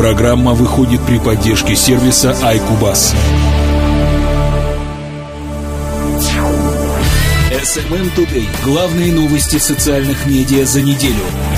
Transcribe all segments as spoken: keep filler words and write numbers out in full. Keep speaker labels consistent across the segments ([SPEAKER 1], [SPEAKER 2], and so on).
[SPEAKER 1] Программа выходит при поддержке сервиса iCubus. эс эм эм Today. Главные новости социальных медиа за неделю.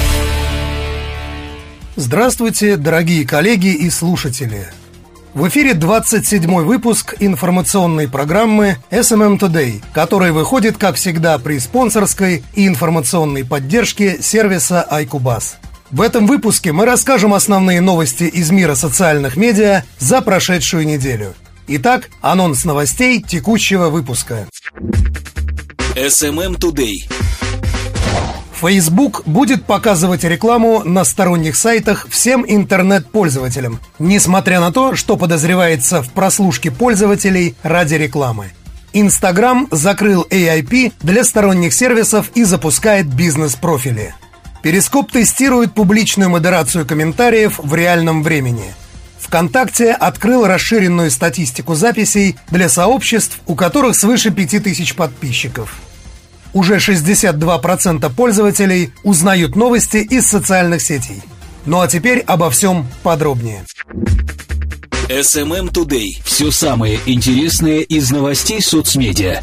[SPEAKER 2] Здравствуйте, дорогие коллеги и слушатели. В эфире двадцать седьмой выпуск информационной программы эс эм эм Today, которая выходит, как всегда, при спонсорской и информационной поддержке сервиса iCubus. В этом выпуске мы расскажем основные новости из мира социальных медиа за прошедшую неделю. Итак, анонс новостей текущего выпуска.
[SPEAKER 1] эс эм эм Today.
[SPEAKER 2] Facebook будет показывать рекламу на сторонних сайтах всем интернет-пользователям, несмотря на то, что подозревается в прослушке пользователей ради рекламы. Instagram закрыл эй ай пи для сторонних сервисов и запускает бизнес-профили. Перископ тестирует публичную модерацию комментариев в реальном времени. ВКонтакте открыл расширенную статистику записей для сообществ, у которых свыше пяти тысяч подписчиков. Уже шестьдесят два процента пользователей узнают новости из социальных сетей. Ну а теперь обо всем подробнее.
[SPEAKER 1] эс эм эм Today. Все самое интересное из новостей соцмедиа.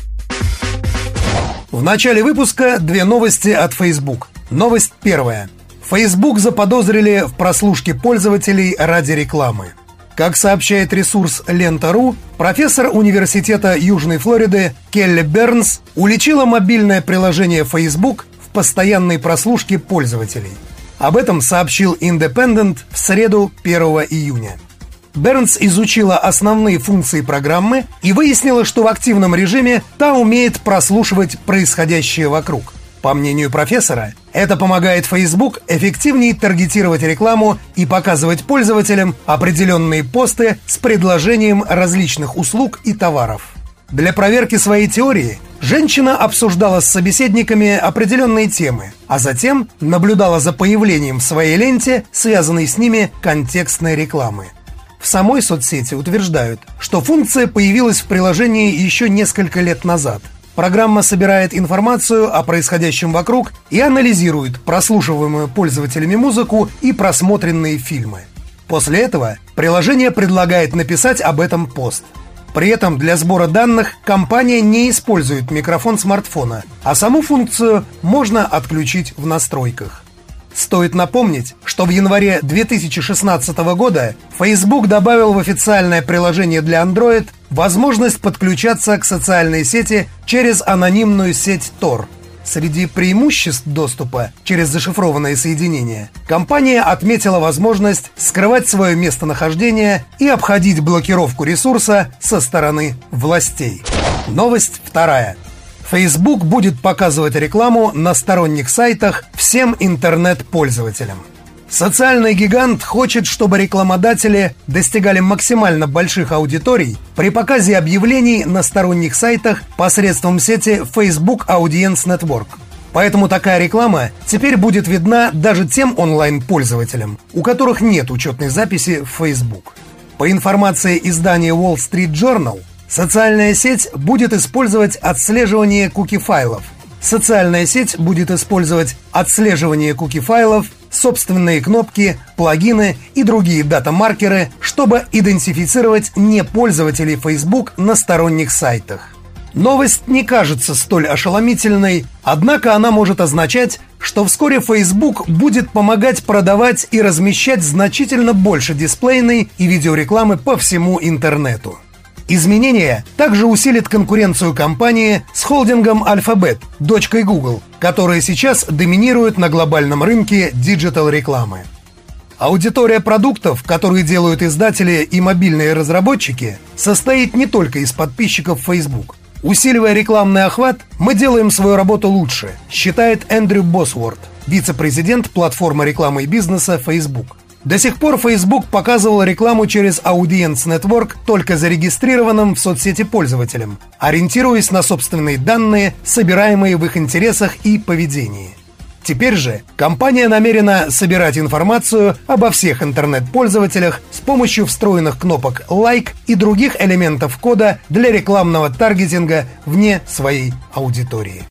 [SPEAKER 2] В начале выпуска две новости от Facebook. Новость первая. Facebook заподозрили в прослушке пользователей ради рекламы. Как сообщает ресурс лента точка ру, профессор университета Южной Флориды Келли Бернс уличила мобильное приложение Facebook в постоянной прослушке пользователей. Об этом сообщил Independent в среду, первого июня. Бернс изучила основные функции программы и выяснила, что в активном режиме та умеет прослушивать происходящее вокруг. По мнению профессора, это помогает Facebook эффективнее таргетировать рекламу и показывать пользователям определенные посты с предложением различных услуг и товаров. Для проверки своей теории женщина обсуждала с собеседниками определенные темы, а затем наблюдала за появлением в своей ленте, связанной с ними, контекстной рекламы. В самой соцсети утверждают, что функция появилась в приложении еще несколько лет назад. Программа собирает информацию о происходящем вокруг и анализирует прослушиваемую пользователями музыку и просмотренные фильмы. После этого приложение предлагает написать об этом пост. При этом для сбора данных компания не использует микрофон смартфона, а саму функцию можно отключить в настройках. Стоит напомнить, что в январе две тысячи шестнадцатого года Facebook добавил в официальное приложение для Android возможность подключаться к социальной сети через анонимную сеть Tor. Среди преимуществ доступа через зашифрованное соединение компания отметила возможность скрывать свое местонахождение и обходить блокировку ресурса со стороны властей. Новость вторая. Facebook будет показывать рекламу на сторонних сайтах всем интернет-пользователям. Социальный гигант хочет, чтобы рекламодатели достигали максимально больших аудиторий при показе объявлений на сторонних сайтах посредством сети Facebook Audience Network. Поэтому такая реклама теперь будет видна даже тем онлайн-пользователям, у которых нет учетной записи в Facebook. По информации издания Wall Street Journal, социальная сеть будет использовать отслеживание куки-файлов. Социальная сеть будет использовать отслеживание куки-файлов, собственные кнопки, плагины и другие дата-маркеры, чтобы идентифицировать непользователей Facebook на сторонних сайтах. Новость не кажется столь ошеломительной, однако она может означать, что вскоре Facebook будет помогать продавать и размещать значительно больше дисплейной и видеорекламы по всему интернету. Изменение также усилит конкуренцию компании с холдингом Alphabet, дочкой Google, которая сейчас доминирует на глобальном рынке диджитал-рекламы. Аудитория продуктов, которые делают издатели и мобильные разработчики, состоит не только из подписчиков Facebook. Усиливая рекламный охват, мы делаем свою работу лучше, считает Эндрю Босворт, вице-президент платформы рекламы и бизнеса Facebook. До сих пор Facebook показывал рекламу через Audience Network только зарегистрированным в соцсети пользователям, ориентируясь на собственные данные, собираемые в их интересах и поведении. Теперь же компания намерена собирать информацию обо всех интернет-пользователях с помощью встроенных кнопок «Лайк» и других элементов кода для рекламного таргетинга вне своей аудитории.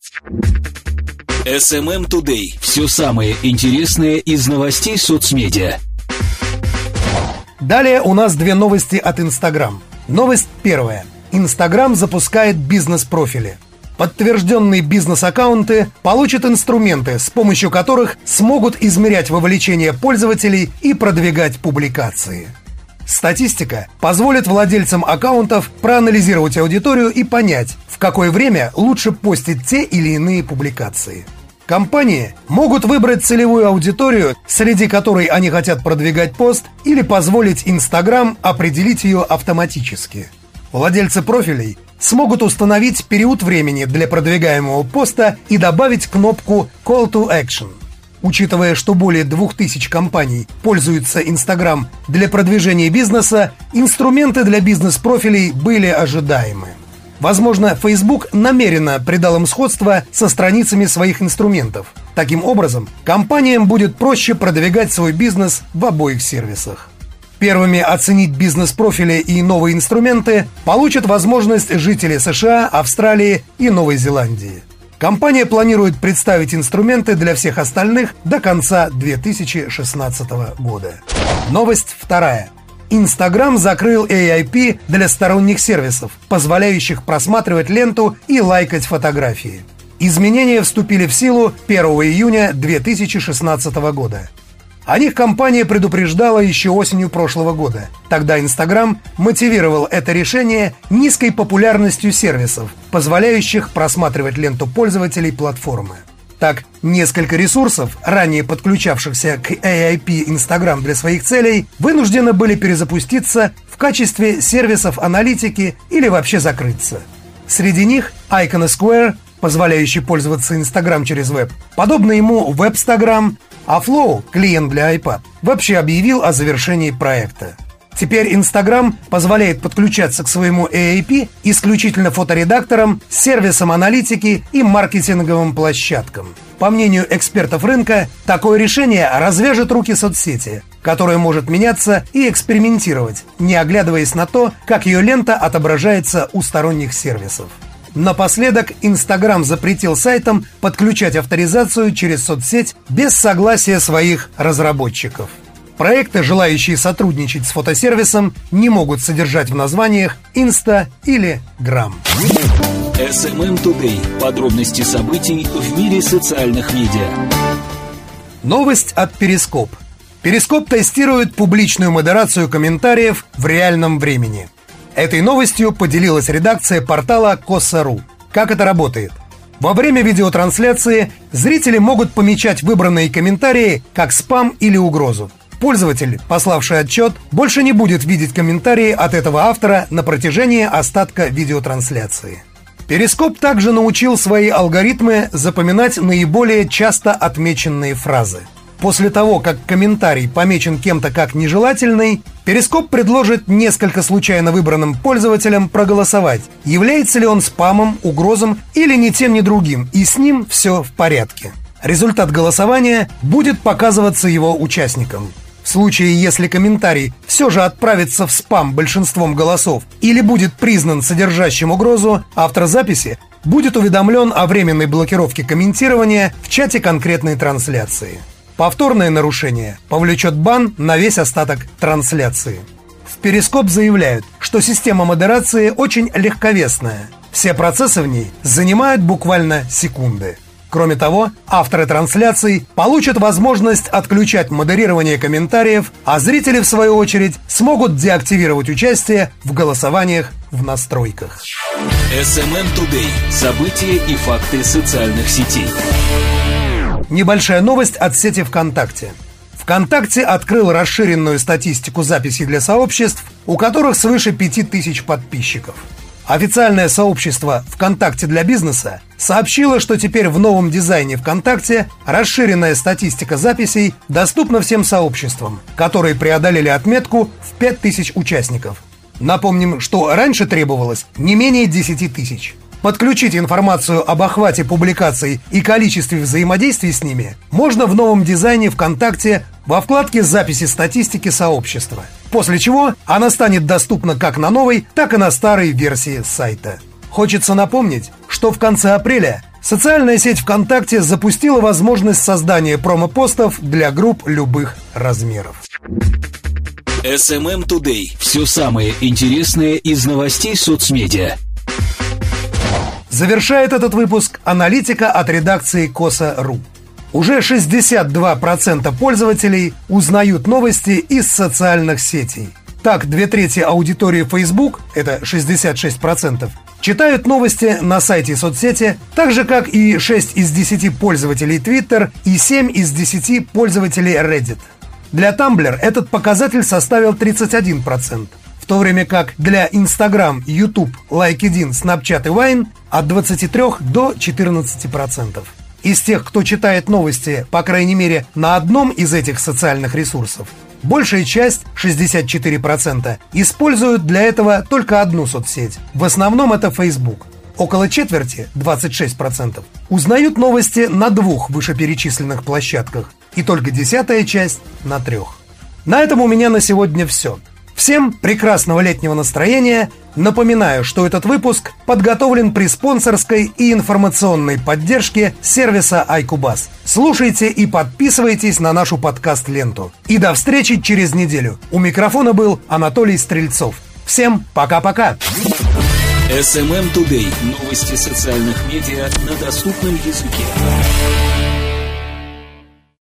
[SPEAKER 1] эс эм эм Today. Все самое интересное из новостей соцмедиа.
[SPEAKER 2] Далее у нас две новости от Instagram. Новость первая. Instagram запускает бизнес-профили. Подтвержденные бизнес-аккаунты получат инструменты, с помощью которых смогут измерять вовлечение пользователей и продвигать публикации. Статистика позволит владельцам аккаунтов проанализировать аудиторию и понять, в какое время лучше постить те или иные публикации. Компании могут выбрать целевую аудиторию, среди которой они хотят продвигать пост, или позволить Instagram определить ее автоматически. Владельцы профилей смогут установить период времени для продвигаемого поста и добавить кнопку Call to Action. Учитывая, что более двух тысяч компаний пользуются Instagram для продвижения бизнеса, инструменты для бизнес-профилей были ожидаемы. Возможно, Facebook намеренно придал им сходство со страницами своих инструментов. Таким образом, компаниям будет проще продвигать свой бизнес в обоих сервисах. Первыми оценить бизнес-профили и новые инструменты получат возможность жители США, Австралии и Новой Зеландии. Компания планирует представить инструменты для всех остальных до конца две тысячи шестнадцатого года. Новость вторая. Instagram закрыл эй ай пи для сторонних сервисов, позволяющих просматривать ленту и лайкать фотографии. Изменения вступили в силу первого июня две тысячи шестнадцатого года. О них компания предупреждала еще осенью прошлого года. Тогда Instagram мотивировал это решение низкой популярностью сервисов, позволяющих просматривать ленту пользователей платформы. Так, несколько ресурсов, ранее подключавшихся к эй ай пи Instagram для своих целей, вынуждены были перезапуститься в качестве сервисов аналитики или вообще закрыться. Среди них Iconosquare, позволяющий пользоваться Instagram через веб, подобно ему Webstagram, а Flow, клиент для iPad, вообще объявил о завершении проекта. Теперь Instagram позволяет подключаться к своему эй ай пи исключительно фоторедакторам, сервисам аналитики и маркетинговым площадкам. По мнению экспертов рынка, такое решение развяжет руки соцсети, которая может меняться и экспериментировать, не оглядываясь на то, как ее лента отображается у сторонних сервисов. Напоследок, Instagram запретил сайтам подключать авторизацию через соцсеть без согласия своих разработчиков. Проекты, желающие сотрудничать с фотосервисом, не могут содержать в названиях Insta или Gram.
[SPEAKER 1] эс эм эм Today. Подробности событий в мире социальных медиа.
[SPEAKER 2] Новость от Перископ. Перископ тестирует публичную модерацию комментариев в реальном времени. Этой новостью поделилась редакция портала Коса точка ру. Как это работает? Во время видеотрансляции зрители могут помечать выбранные комментарии как спам или угрозу. Пользователь, пославший отчет, больше не будет видеть комментарии от этого автора на протяжении остатка видеотрансляции. Перископ также научил свои алгоритмы запоминать наиболее часто отмеченные фразы. После того, как комментарий помечен кем-то как нежелательный, Перископ предложит несколько случайно выбранным пользователям проголосовать, является ли он спамом, угрозом или ни тем, ни другим, и с ним все в порядке. Результат голосования будет показываться его участникам. В случае, если комментарий все же отправится в спам большинством голосов или будет признан содержащим угрозу, автор записи будет уведомлен о временной блокировке комментирования в чате конкретной трансляции. Повторное нарушение повлечет бан на весь остаток трансляции. В Перископ заявляют, что система модерации очень легковесная. Все процессы в ней занимают буквально секунды. Кроме того, авторы трансляций получат возможность отключать модерирование комментариев, а зрители, в свою очередь, смогут деактивировать участие в голосованиях в настройках.
[SPEAKER 1] эс эм эм Today. События и факты социальных сетей.
[SPEAKER 2] Небольшая новость от сети ВКонтакте. ВКонтакте открыл расширенную статистику записей для сообществ, у которых свыше пяти тысяч подписчиков. Официальное сообщество ВКонтакте для бизнеса сообщило, что теперь в новом дизайне ВКонтакте расширенная статистика записей доступна всем сообществам, которые преодолели отметку в пять тысяч участников. Напомним, что раньше требовалось не менее десяти тысяч. Подключить информацию об охвате публикаций и количестве взаимодействий с ними можно в новом дизайне ВКонтакте во вкладке «Записи статистики сообщества», после чего она станет доступна как на новой, так и на старой версии сайта. Хочется напомнить, что в конце апреля социальная сеть ВКонтакте запустила возможность создания промо-постов для групп любых размеров.
[SPEAKER 1] эс эм эм Today. Все самое интересное из новостей соцмедиа.
[SPEAKER 2] Завершает этот выпуск аналитика от редакции коса точка ру. Уже шестьдесят два процента пользователей узнают новости из социальных сетей. Так, две трети аудитории Facebook, это шестьдесят шесть процентов, читают новости на сайте соцсети, так же, как и шесть из десяти пользователей Twitter и семь из десяти пользователей Reddit. Для Tumblr этот показатель составил тридцать один процент, в то время как для Instagram, YouTube, LinkedIn, Snapchat и Vine от двадцати трёх до четырнадцати процентов. Из тех, кто читает новости, по крайней мере, на одном из этих социальных ресурсов, большая часть, шестьдесят четыре процента, используют для этого только одну соцсеть. В основном это Facebook. Около четверти, двадцать шесть процентов, узнают новости на двух вышеперечисленных площадках, и только десятая часть на трех. На этом у меня на сегодня все. Всем прекрасного летнего настроения. Напоминаю, что этот выпуск подготовлен при спонсорской и информационной поддержке сервиса iCubus. Слушайте и подписывайтесь на нашу подкаст-ленту. И до встречи через неделю. У микрофона был Анатолий Стрельцов. Всем пока-пока.
[SPEAKER 1] эс эм эм Today. Новости социальных медиа на доступном языке.